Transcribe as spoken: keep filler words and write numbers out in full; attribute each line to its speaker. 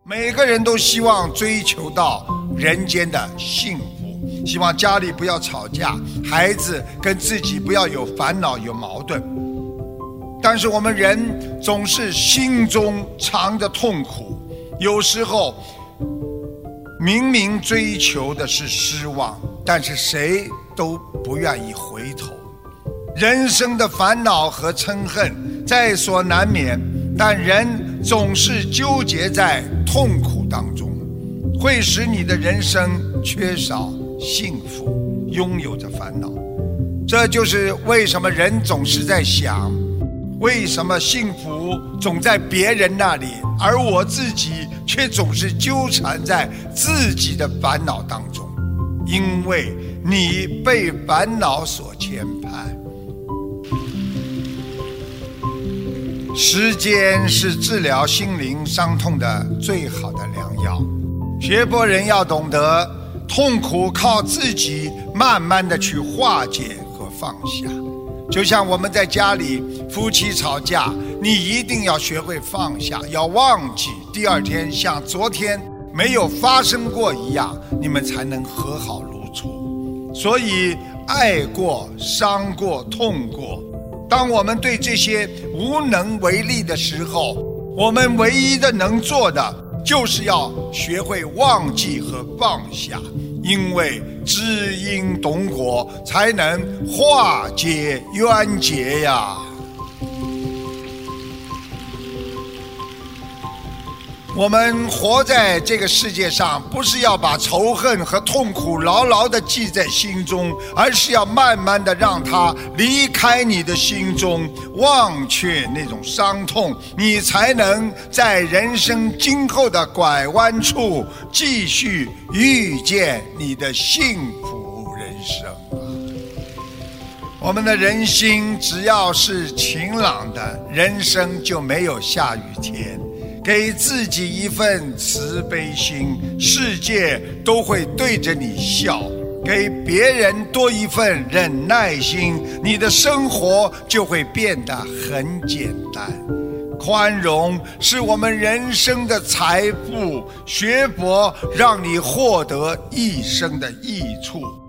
Speaker 1: 每个人都希望追求到人间的幸福，希望家里不要吵架，孩子跟自己不要有烦恼有矛盾。但是我们人总是心中藏着痛苦，有时候明明追求的是失望，但是谁都不愿意回头。人生的烦恼和嗔恨在所难免，但人总是纠结在痛苦当中，会使你的人生缺少幸福，拥有着烦恼。这就是为什么人总是在想，为什么幸福总在别人那里，而我自己却总是纠缠在自己的烦恼当中？因为你被烦恼所牵绊。时间是治疗心灵伤痛的最好的良药。学佛人要懂得，痛苦靠自己慢慢的去化解和放下。就像我们在家里夫妻吵架，你一定要学会放下，要忘记，第二天像昨天没有发生过一样，你们才能和好如初。所以爱过、伤过、痛过，当我们对这些无能为力的时候，我们唯一的能做的就是要学会忘记和放下，因为知因懂果，才能化解冤结呀。我们活在这个世界上，不是要把仇恨和痛苦牢牢地记在心中，而是要慢慢地让它离开你的心中，忘却那种伤痛，你才能在人生今后的拐弯处继续遇见你的幸福人生啊！我们的人心只要是晴朗的，人生就没有下雨天。给自己一份慈悲心，世界都会对着你笑；给别人多一份忍耐心，你的生活就会变得很简单。宽容是我们人生的财富，学佛让你获得一生的益处。